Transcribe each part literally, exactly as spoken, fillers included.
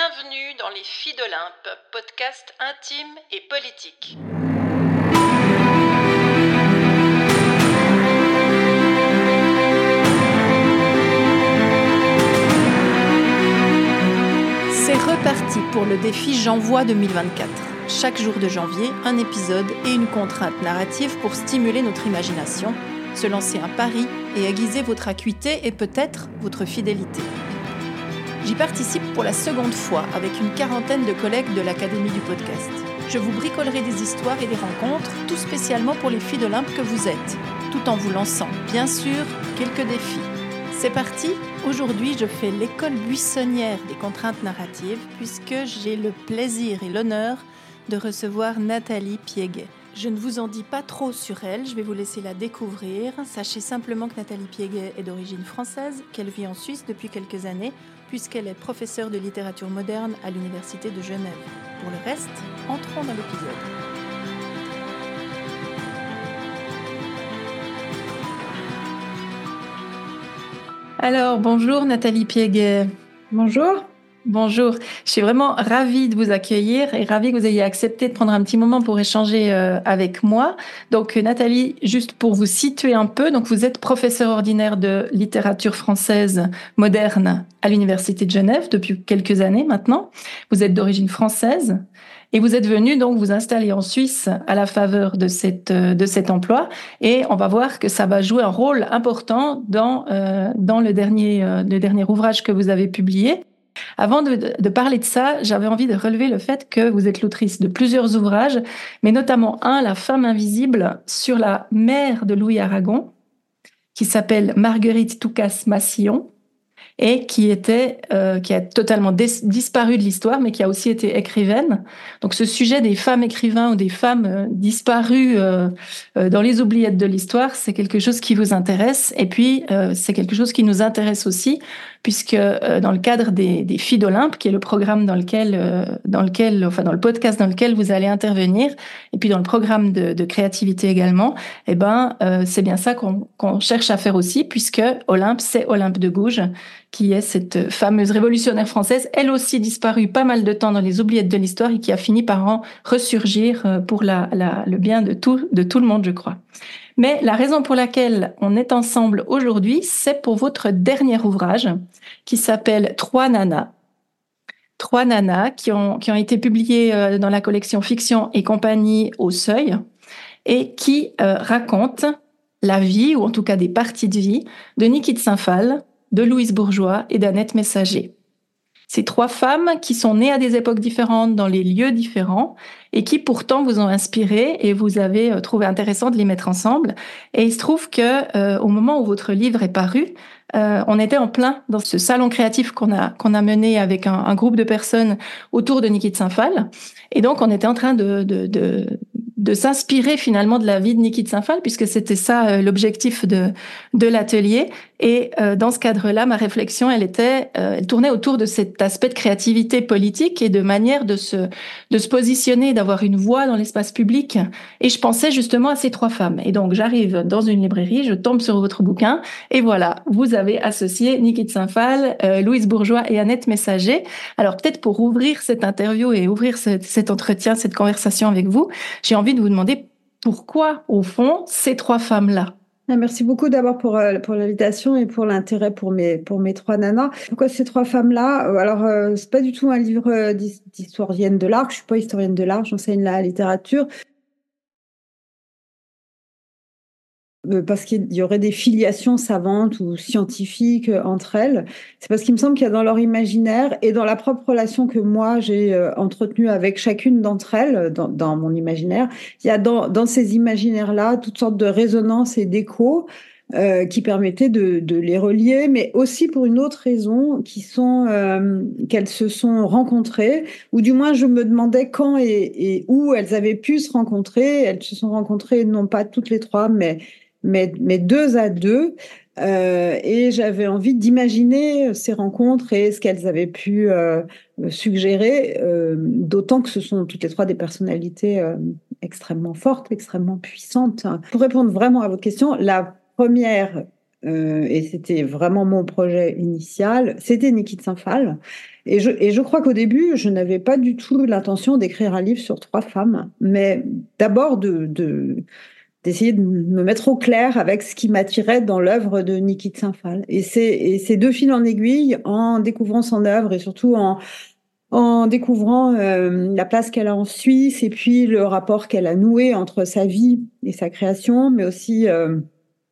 Bienvenue dans Les Filles d'Olympe, podcast intime et politique. C'est reparti pour le défi J'envoie deux mille vingt-quatre. Chaque jour de janvier, un épisode et une contrainte narrative pour stimuler notre imagination, se lancer un pari et aiguiser votre acuité et peut-être votre fidélité. J'y participe pour la seconde fois avec une quarantaine de collègues de l'Académie du podcast. Je vous bricolerai des histoires et des rencontres, tout spécialement pour les filles d'Olympe que vous êtes, tout en vous lançant, bien sûr, quelques défis. C'est parti. Aujourd'hui, je fais l'école buissonnière des contraintes narratives puisque j'ai le plaisir et l'honneur de recevoir Nathalie Piéguet. Je ne vous en dis pas trop sur elle, je vais vous laisser la découvrir. Sachez simplement que Nathalie Piéguet est d'origine française, qu'elle vit en Suisse depuis quelques années, puisqu'elle est professeure de littérature moderne à l'Université de Genève. Pour le reste, entrons dans l'épisode. Alors, bonjour Nathalie Piéguet. Bonjour. Bonjour, je suis vraiment ravie de vous accueillir et ravie que vous ayez accepté de prendre un petit moment pour échanger euh, avec moi. Donc Nathalie, juste pour vous situer un peu, donc vous êtes professeure ordinaire de littérature française moderne à l'Université de Genève depuis quelques années maintenant. Vous êtes d'origine française et vous êtes venue donc vous installer en Suisse à la faveur de cette de cet emploi et on va voir que ça va jouer un rôle important dans euh, dans le dernier euh, le dernier ouvrage que vous avez publié. Avant de, de parler de ça, j'avais envie de relever le fait que vous êtes l'autrice de plusieurs ouvrages, mais notamment un, La femme invisible, sur la mère de Louis Aragon, qui s'appelle Marguerite Toucas-Massillon, et qui était, euh, qui a totalement dis- disparu de l'histoire, mais qui a aussi été écrivaine. Donc ce sujet des femmes écrivains ou des femmes euh, disparues euh, euh, dans les oubliettes de l'histoire, c'est quelque chose qui vous intéresse. Et puis, euh, c'est quelque chose qui nous intéresse aussi, puisque euh, dans le cadre des, des Filles d'Olympe, qui est le programme dans lequel, euh, dans lequel, enfin dans le podcast dans lequel vous allez intervenir, et puis dans le programme de, de créativité également, eh ben, euh, c'est bien ça qu'on, qu'on cherche à faire aussi, puisque Olympe, c'est Olympe de Gouges, qui est cette fameuse révolutionnaire française, elle aussi disparue pas mal de temps dans les oubliettes de l'histoire et qui a fini par en ressurgir pour la, la, le bien de tout, de tout le monde, je crois. Mais la raison pour laquelle on est ensemble aujourd'hui, c'est pour votre dernier ouvrage qui s'appelle Trois nanas. Trois nanas qui ont, qui ont été publiées dans la collection Fiction et compagnie au Seuil et qui euh, racontent la vie, ou en tout cas des parties de vie, de Niki de Saint-Phal, de Louise Bourgeois et d'Annette Messager. Ces trois femmes qui sont nées à des époques différentes, dans les lieux différents, et qui pourtant vous ont inspiré et vous avez trouvé intéressant de les mettre ensemble. Et il se trouve que euh, au moment où votre livre est paru, euh, on était en plein dans ce salon créatif qu'on a qu'on a mené avec un, un groupe de personnes autour de Niki de Saint-Phal. Et donc on était en train de de, de de s'inspirer finalement de la vie de Niki de Saint-Phal, puisque c'était ça euh, l'objectif de de l'atelier. Et euh, dans ce cadre-là, ma réflexion, elle était, euh, elle tournait autour de cet aspect de créativité politique et de manière de se de se positionner, d'avoir une voix dans l'espace public. Et je pensais justement à ces trois femmes. Et donc j'arrive dans une librairie, je tombe sur votre bouquin, et voilà, vous avez associé Niki de Saint-Phal, euh, Louise Bourgeois et Annette Messager. Alors peut-être pour ouvrir cette interview et ouvrir ce, cet entretien, cette conversation avec vous, j'ai envie de vous demander pourquoi, au fond, ces trois femmes-là? Merci beaucoup d'abord pour, pour l'invitation et pour l'intérêt pour mes, pour mes trois nanas. Pourquoi ces trois femmes-là? Alors, euh, c'est pas du tout un livre d'historienne de l'art. Je suis pas historienne de l'art, j'enseigne la littérature. Parce qu'il y aurait des filiations savantes ou scientifiques entre elles. C'est parce qu'il me semble qu'il y a dans leur imaginaire et dans la propre relation que moi j'ai entretenue avec chacune d'entre elles, dans, dans mon imaginaire, il y a dans, dans ces imaginaires-là toutes sortes de résonances et d'échos euh, qui permettaient de, de les relier, mais aussi pour une autre raison, qui sont euh, qu'elles se sont rencontrées, ou du moins je me demandais quand et, et où elles avaient pu se rencontrer. Elles se sont rencontrées non pas toutes les trois, mais mais, mais deux à deux, euh, et j'avais envie d'imaginer ces rencontres et ce qu'elles avaient pu euh, suggérer, euh, d'autant que ce sont toutes les trois des personnalités euh, extrêmement fortes, extrêmement puissantes. Pour répondre vraiment à votre question, la première euh, et c'était vraiment mon projet initial, c'était Niki de Saint-Phal. Et je, et je crois qu'au début, je n'avais pas du tout l'intention d'écrire un livre sur trois femmes, mais d'abord de, de, d'essayer de me mettre au clair avec ce qui m'attirait dans l'œuvre de Niki de Saint-Phal. Et c'est, et c'est de fil en aiguille, en découvrant son œuvre et surtout en, en découvrant euh, la place qu'elle a en Suisse et puis le rapport qu'elle a noué entre sa vie et sa création, mais aussi euh,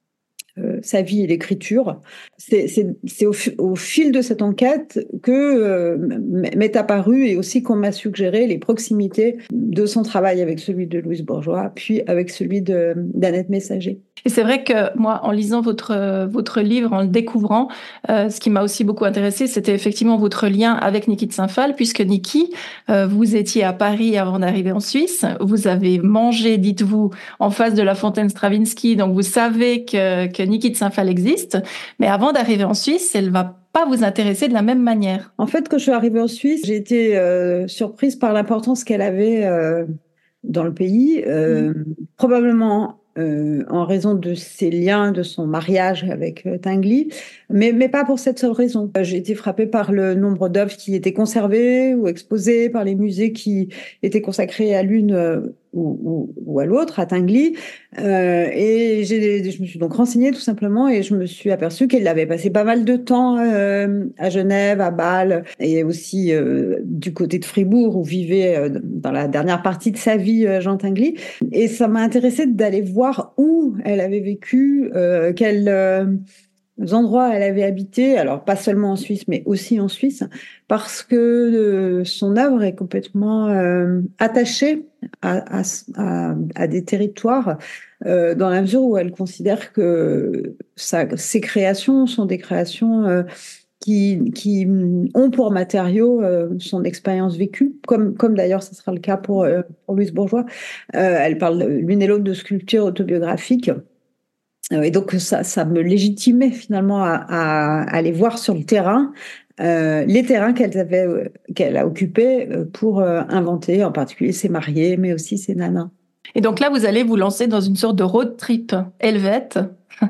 euh, sa vie et l'écriture. C'est, c'est, c'est au, au fil de cette enquête que euh, m'est apparu et aussi qu'on m'a suggéré les proximités de son travail avec celui de Louise Bourgeois, puis avec celui de, d'Annette Messager. Et c'est vrai que moi, en lisant votre, votre livre, en le découvrant, euh, ce qui m'a aussi beaucoup intéressé, c'était effectivement votre lien avec Niki de Saint-Phal, puisque Niki, euh, vous étiez à Paris avant d'arriver en Suisse. Vous avez mangé, dites-vous, en face de la fontaine Stravinsky, donc vous savez que, que Niki de Saint-Phal existe. Mais avant d'arriver en Suisse, elle va pas vous intéresser de la même manière. En fait, quand je suis arrivée en Suisse, j'ai été euh, surprise par l'importance qu'elle avait euh, dans le pays, euh, mmh. probablement euh, en raison de ses liens, de son mariage avec euh, Tinguely, mais, mais pas pour cette seule raison. J'ai été frappée par le nombre d'œuvres qui étaient conservées ou exposées, par les musées qui étaient consacrés à l'une euh, ou, ou, ou à l'autre, à Tinguely. Euh, et j'ai, je me suis donc renseignée tout simplement et je me suis aperçue qu'elle avait passé pas mal de temps euh, à Genève, à Bâle et aussi euh, du côté de Fribourg où vivait euh, dans la dernière partie de sa vie euh, Jean Tinguely. Et ça m'a intéressée d'aller voir où elle avait vécu, euh, quels euh, endroits elle avait habité, alors pas seulement en Suisse mais aussi en Suisse, parce que euh, son œuvre est complètement euh, attachée à, à, à, à des territoires euh, dans la mesure où elle considère que sa, ses créations sont des créations euh, qui, qui ont pour matériau euh, son expérience vécue, comme, comme d'ailleurs ce sera le cas pour, euh, pour Louise Bourgeois. Euh, elle parle l'une et l'autre de sculpture autobiographique. Euh, et donc ça, ça me légitimait finalement à, à, à aller voir sur le terrain euh, les terrains qu'elle avait, euh, qu'elle a occupés pour euh, inventer, en particulier ses mariés, mais aussi ses nanas. Et donc là, vous allez vous lancer dans une sorte de road trip helvète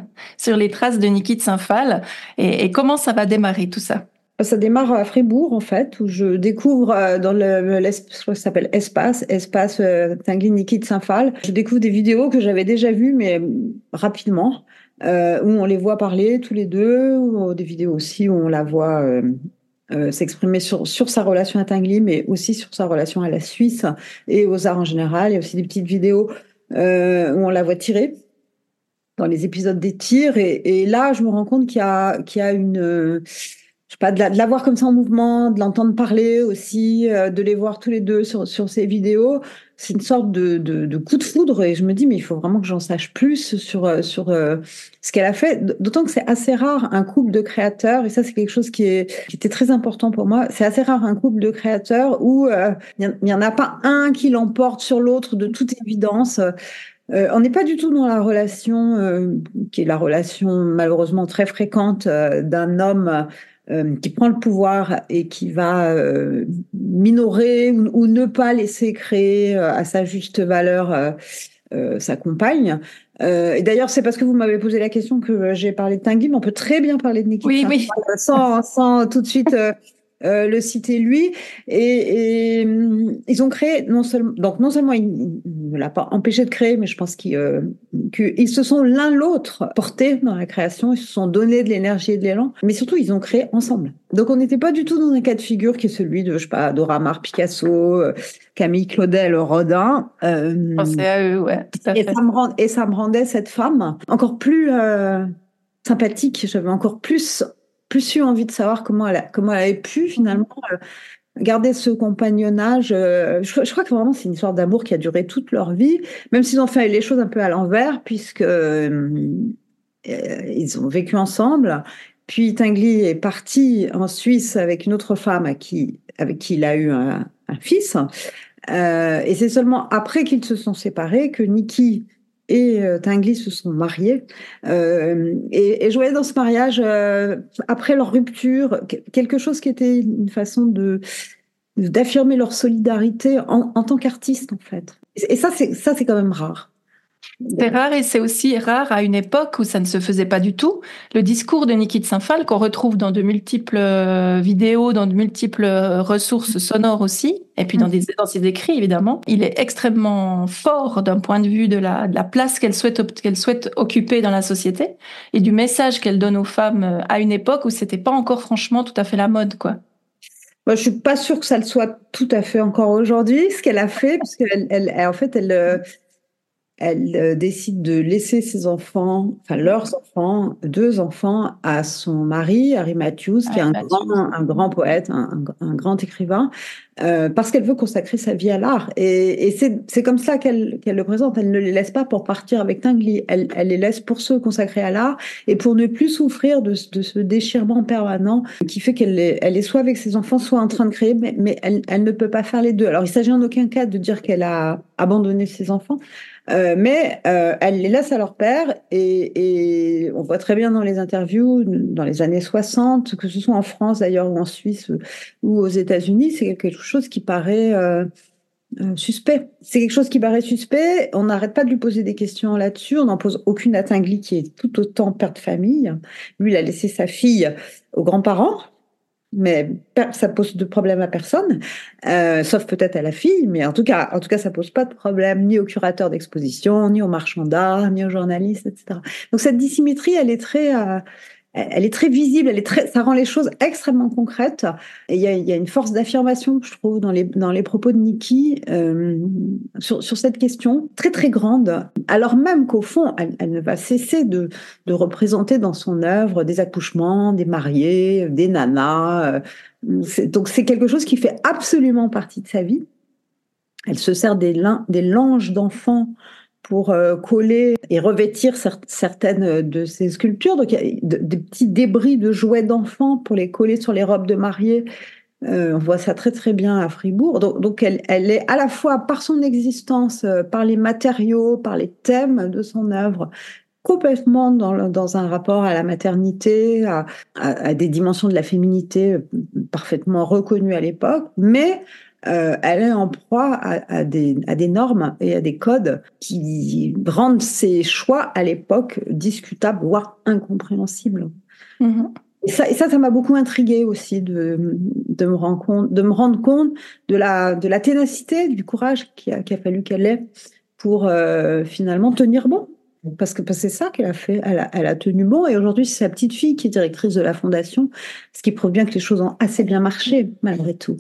sur les traces de Niki de Saint-Phal. Et, et comment ça va démarrer tout ça? Ça démarre à Fribourg, en fait, où je découvre dans le, je crois que ça s'appelle Espace, Espace euh, Tinguely Niki de Saint-Phal. Je découvre des vidéos que j'avais déjà vues, mais rapidement, euh, où on les voit parler tous les deux, ou des vidéos aussi où on la voit euh, euh, s'exprimer sur, sur sa relation à Tinguely, mais aussi sur sa relation à la Suisse et aux arts en général. Il y a aussi des petites vidéos euh, où on la voit tirer dans les épisodes des tirs. Et, et là, je me rends compte qu'il y a, qu'il y a une... Euh, je sais pas, de la, de la voir comme ça en mouvement, de l'entendre parler aussi, euh, de les voir tous les deux sur, sur ces vidéos. C'est une sorte de, de, de coup de foudre et je me dis, mais il faut vraiment que j'en sache plus sur, sur euh, ce qu'elle a fait. D'autant que c'est assez rare un couple de créateurs, et ça c'est quelque chose qui, est, qui était très important pour moi, c'est assez rare un couple de créateurs où euh, il n'y en a pas un qui l'emporte sur l'autre de toute évidence. Euh, on n'est pas du tout dans la relation euh, qui est la relation malheureusement très fréquente euh, d'un homme euh, qui prend le pouvoir et qui va euh, minorer ou, ou ne pas laisser créer euh, à sa juste valeur euh, euh, sa compagne. Euh, et d'ailleurs, c'est parce que vous m'avez posé la question que j'ai parlé de Tinguely, mais on peut très bien parler de Niki oui, oui. sans, sans tout de suite... Euh, Euh, le citer lui et, et ils ont créé non seulement donc non seulement il, il ne l'a pas empêché de créer, mais je pense qu'ils euh, qu'ils se sont l'un l'autre portés dans la création, ils se sont donné de l'énergie et de l'élan, mais surtout ils ont créé ensemble. Donc on n'était pas du tout dans un cas de figure qui est celui de je sais pas Dora Maar, Picasso, Camille Claudel, Rodin. Euh, c'est à eux, ouais. Tout à et fait. ça me rend, et ça me rendait cette femme encore plus euh, sympathique. J'avais encore plus plus eu envie de savoir comment elle, a, comment elle avait pu finalement euh, garder ce compagnonnage. Euh, je, je crois que vraiment c'est une histoire d'amour qui a duré toute leur vie, même s'ils ont fait les choses un peu à l'envers, puisque euh, ils ont vécu ensemble. Puis Tinguely est parti en Suisse avec une autre femme à qui, avec qui il a eu un, un fils. Euh, et c'est seulement après qu'ils se sont séparés que Niki et euh, Tinguely se sont mariés. Euh, et, et je voyais dans ce mariage, euh, après leur rupture, quelque chose qui était une façon de, d'affirmer leur solidarité en, en tant qu'artistes, en fait. Et ça, c'est, ça, c'est quand même rare. C'est rare et c'est aussi rare à une époque où ça ne se faisait pas du tout. Le discours de Niki de Saint-Phalle, qu'on retrouve dans de multiples euh, vidéos, dans de multiples euh, ressources sonores aussi, et puis dans, des, dans ses écrits évidemment, il est extrêmement fort d'un point de vue de la, de la place qu'elle souhaite, qu'elle souhaite occuper dans la société et du message qu'elle donne aux femmes à une époque où c'était pas encore franchement tout à fait la mode, quoi. Moi, je suis pas sûre que ça le soit tout à fait encore aujourd'hui, ce qu'elle a fait, parce qu'elle, elle, elle, en fait, elle, euh, elle euh, décide de laisser ses enfants, enfin leurs enfants, deux enfants, à son mari, Harry Matthews, qui est un Matthews. grand, un grand poète, un, un, un grand écrivain, euh, parce qu'elle veut consacrer sa vie à l'art. Et, et c'est, c'est comme ça qu'elle, qu'elle le présente. Elle ne les laisse pas pour partir avec Tinguely. Elle, elle les laisse pour se consacrer à l'art et pour ne plus souffrir de, de ce déchirement permanent qui fait qu'elle est, elle est soit avec ses enfants, soit en train de créer, mais, mais elle, elle ne peut pas faire les deux. Alors, il s'agit en aucun cas de dire qu'elle a abandonné ses enfants. Euh, mais euh, elle les laisse à leur père et, et on voit très bien dans les interviews dans les années soixante, que ce soit en France d'ailleurs ou en Suisse ou aux États-Unis, c'est quelque chose qui paraît euh, euh, suspect. C'est quelque chose qui paraît suspect. On n'arrête pas de lui poser des questions là-dessus. On n'en pose aucune à Tinguely qui est tout autant père de famille. Lui, il a laissé sa fille aux grands-parents. Mais ça pose de problème à personne, euh, sauf peut-être à la fille, mais en tout cas, en tout cas, ça pose pas de problème ni au curateur d'exposition, ni aux marchands d'art, ni aux journalistes, et cetera. Donc cette dissymétrie, elle est très, euh, elle est très visible, elle est très, ça rend les choses extrêmement concrètes. Et il y a, il y a une force d'affirmation, je trouve, dans les dans les propos de Niki euh, sur sur cette question très très grande. Alors même qu'au fond, elle, elle ne va cesser de de représenter dans son œuvre des accouchements, des mariés, des nanas. Euh, c'est, donc c'est quelque chose qui fait absolument partie de sa vie. Elle se sert des des langes d'enfants pour euh, coller et revêtir cer- certaines de ces sculptures. Donc, il y a de, des petits débris de jouets d'enfants pour les coller sur les robes de mariée. Euh, on voit ça très très bien à Fribourg. Donc, donc elle, elle est à la fois par son existence, euh, par les matériaux, par les thèmes de son œuvre, complètement dans, le, dans un rapport à la maternité, à, à, à des dimensions de la féminité euh, parfaitement reconnues à l'époque, mais euh, elle est en proie à, à, des, à des normes et à des codes qui rendent ses choix à l'époque discutables, voire incompréhensibles. Mm-hmm. Et ça, et ça, ça m'a beaucoup intriguée aussi de, de, me rendre compte, de me rendre compte de la, de la ténacité, du courage qu'il a, qu'il a fallu qu'elle ait pour euh, finalement tenir bon. Parce que, parce que c'est ça qu'elle a fait, elle a, elle a tenu bon, et aujourd'hui c'est sa petite fille qui est directrice de la fondation, ce qui prouve bien que les choses ont assez bien marché malgré tout.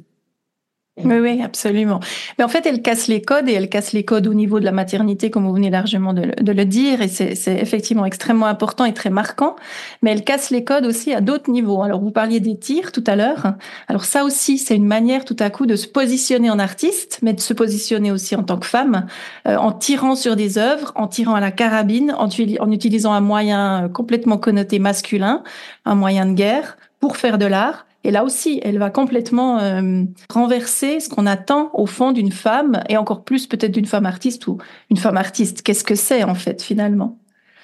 Oui, oui, absolument. Mais en fait, elle casse les codes et elle casse les codes au niveau de la maternité, comme vous venez largement de, de le dire, et c'est, c'est effectivement extrêmement important et très marquant. Mais elle casse les codes aussi à d'autres niveaux. Alors, vous parliez des tirs tout à l'heure. Alors ça aussi, c'est une manière tout à coup de se positionner en artiste, mais de se positionner aussi en tant que femme, euh, en tirant sur des œuvres, en tirant à la carabine, en, en utilisant un moyen complètement connoté masculin, un moyen de guerre, pour faire de l'art. Et là aussi, elle va complètement euh, renverser ce qu'on attend au fond d'une femme, et encore plus peut-être d'une femme artiste ou une femme artiste. Qu'est-ce que c'est en fait finalement ?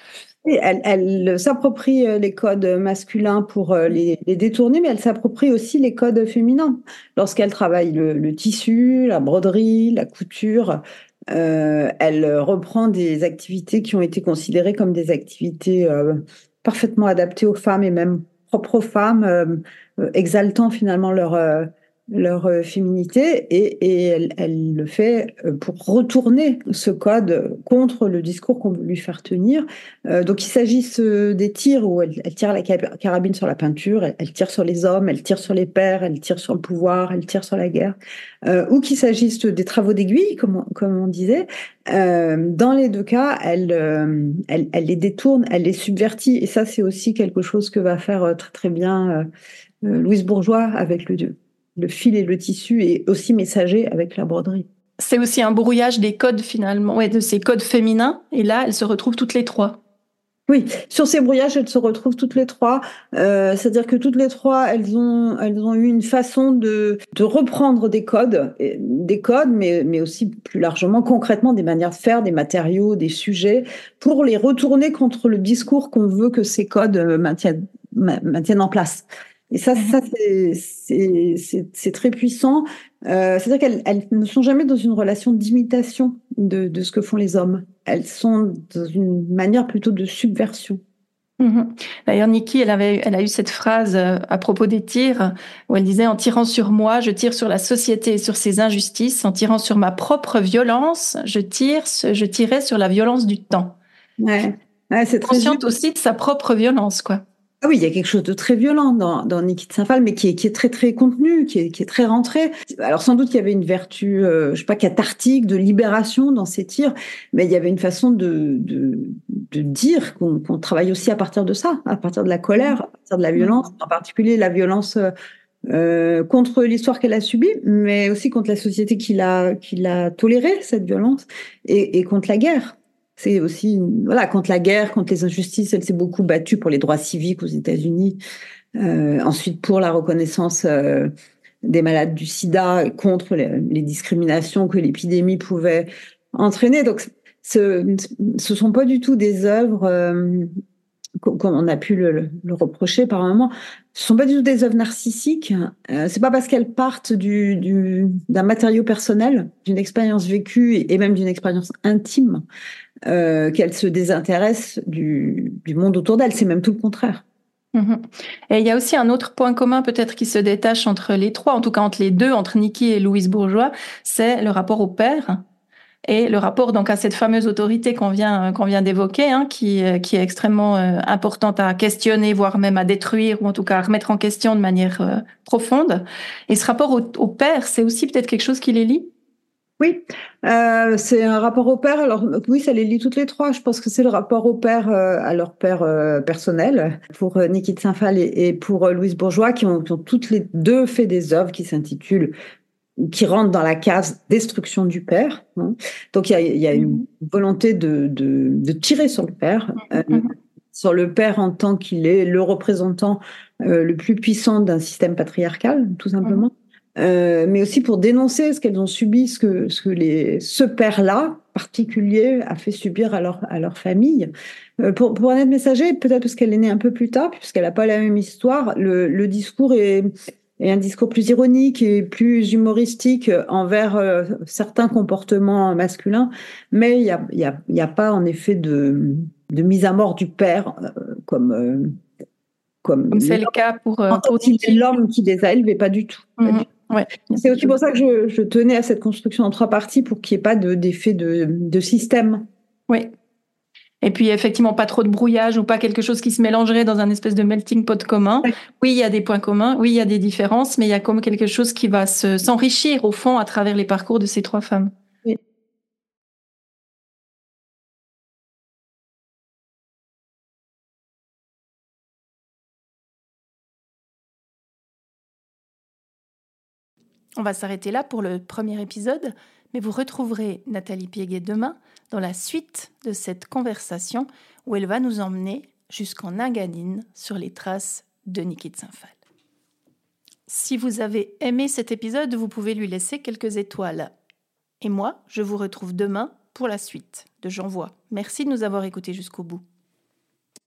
Et elle, elle s'approprie les codes masculins pour les, les détourner, mais elle s'approprie aussi les codes féminins. Lorsqu'elle travaille le, le tissu, la broderie, la couture, euh, elle reprend des activités qui ont été considérées comme des activités euh, parfaitement adaptées aux femmes et même propres aux femmes, euh, exaltant finalement leur, euh, leur euh, féminité, et, et elle, elle le fait pour retourner ce code contre le discours qu'on veut lui faire tenir. Euh, donc il s'agisse des tirs où elle, elle tire la carabine sur la peinture, elle, elle tire sur les hommes, elle tire sur les pères, elle tire sur le pouvoir, elle tire sur la guerre, euh, ou qu'il s'agisse des travaux d'aiguille, comme on, comme on disait. Euh, dans les deux cas, elle, euh, elle, elle les détourne, elle les subvertit, et ça c'est aussi quelque chose que va faire très très bien euh, euh, Louise Bourgeois avec le, le fil et le tissu, et aussi Messager avec la broderie. C'est aussi un brouillage des codes finalement, ouais, de ces codes féminins, et là elles se retrouvent toutes les trois. Oui, sur ces brouillages, elles se retrouvent toutes les trois. Euh, c'est-à-dire que toutes les trois, elles ont, elles ont eu une façon de, de reprendre des codes, des codes, mais, mais aussi plus largement, concrètement, des manières de faire, des matériaux, des sujets, pour les retourner contre le discours qu'on veut que ces codes maintiennent, maintiennent en place. Et ça, ça c'est, c'est, c'est, c'est très puissant. Euh, c'est-à-dire qu'elles elles ne sont jamais dans une relation d'imitation de, de ce que font les hommes. Elles sont dans une manière plutôt de subversion. Mhm. D'ailleurs, Nikki, elle avait, elle a eu cette phrase euh, à propos des tirs, où elle disait: en tirant sur moi, je tire sur la société et sur ses injustices. En tirant sur ma propre violence, je tire, je tirais sur la violence du temps. Ouais, ouais, c'est très Consciente juste. aussi de sa propre violence, quoi. Ah oui, il y a quelque chose de très violent dans, dans Niki de Saint-Phal, mais qui est, qui est très très contenu, qui est, qui est très rentré. Alors sans doute qu'il y avait une vertu, euh, je sais pas, cathartique, de libération dans ces tirs, mais il y avait une façon de, de, de dire qu'on qu'on travaille aussi à partir de ça, à partir de la colère, à partir de la violence, en particulier la violence euh, contre l'histoire qu'elle a subie, mais aussi contre la société qui l'a qui l'a tolérée, cette violence, et, et contre la guerre. C'est aussi, voilà, contre la guerre, contre les injustices. Elle s'est beaucoup battue pour les droits civiques aux États-Unis. Euh, ensuite, pour la reconnaissance euh, des malades du sida, contre les, les discriminations que l'épidémie pouvait entraîner. Donc, ce ne sont pas du tout des œuvres, euh, comme on a pu le, le reprocher par un moment, ce ne sont pas du tout des œuvres narcissiques. Euh, c'est pas parce qu'elles partent du, du, d'un matériau personnel, d'une expérience vécue et, et même d'une expérience intime, euh, qu'elle se désintéresse du, du monde autour d'elle. C'est même tout le contraire. Mmh. Et il y a aussi un autre point commun peut-être qui se détache entre les trois, en tout cas entre les deux, entre Nikki et Louise Bourgeois, c'est le rapport au père et le rapport donc à cette fameuse autorité qu'on vient, qu'on vient d'évoquer, hein, qui, qui est extrêmement euh, importante à questionner, voire même à détruire, ou en tout cas à remettre en question de manière euh, profonde. Et ce rapport au, au père, c'est aussi peut-être quelque chose qui les lie? Oui, euh, c'est un rapport au père. Alors oui, ça les lie toutes les trois. Je pense que c'est le rapport au père, euh, à leur père euh, personnel, pour euh, Niki de Saint-Phal et, et pour euh, Louise Bourgeois, qui ont, qui ont toutes les deux fait des œuvres qui s'intitulent, qui rentrent dans la case destruction du père. Hein. Donc il y a, il y a une volonté de, de, de tirer sur le père, euh, sur le père en tant qu'il est le représentant euh, le plus puissant d'un système patriarcal, tout simplement. Euh, mais aussi pour dénoncer ce qu'elles ont subi, ce que, ce que les, ce père-là, particulier, a fait subir à leur, à leur famille. Euh, pour, pour Annette Messager, peut-être parce qu'elle est née un peu plus tard, puisqu'elle n'a pas la même histoire, le, le discours est, est un discours plus ironique et plus humoristique envers euh, certains comportements masculins, mais il n'y a, y a, y a pas en effet de, de mise à mort du père euh, comme... Euh, comme, Comme c'est le cas pour, euh, pour c'est l'homme qui les a élevés, pas du tout. Pas Mmh. du tout. Ouais. C'est aussi pour ça que je, je tenais à cette construction en trois parties pour qu'il n'y ait pas de, d'effet de, de système. Oui. Et puis effectivement pas trop de brouillage ou pas quelque chose qui se mélangerait dans un espèce de melting pot commun. Ouais. Oui, il y a des points communs, oui, il y a des différences, mais il y a comme quelque chose qui va se, s'enrichir au fond à travers les parcours de ces trois femmes. Oui. On va s'arrêter là pour le premier épisode, mais vous retrouverez Nathalie Piéguet demain dans la suite de cette conversation où elle va nous emmener jusqu'en Engadine sur les traces de Niki de Saint-Phal. Si vous avez aimé cet épisode, vous pouvez lui laisser quelques étoiles. Et moi, je vous retrouve demain pour la suite de J'envoie. Merci de nous avoir écoutés jusqu'au bout.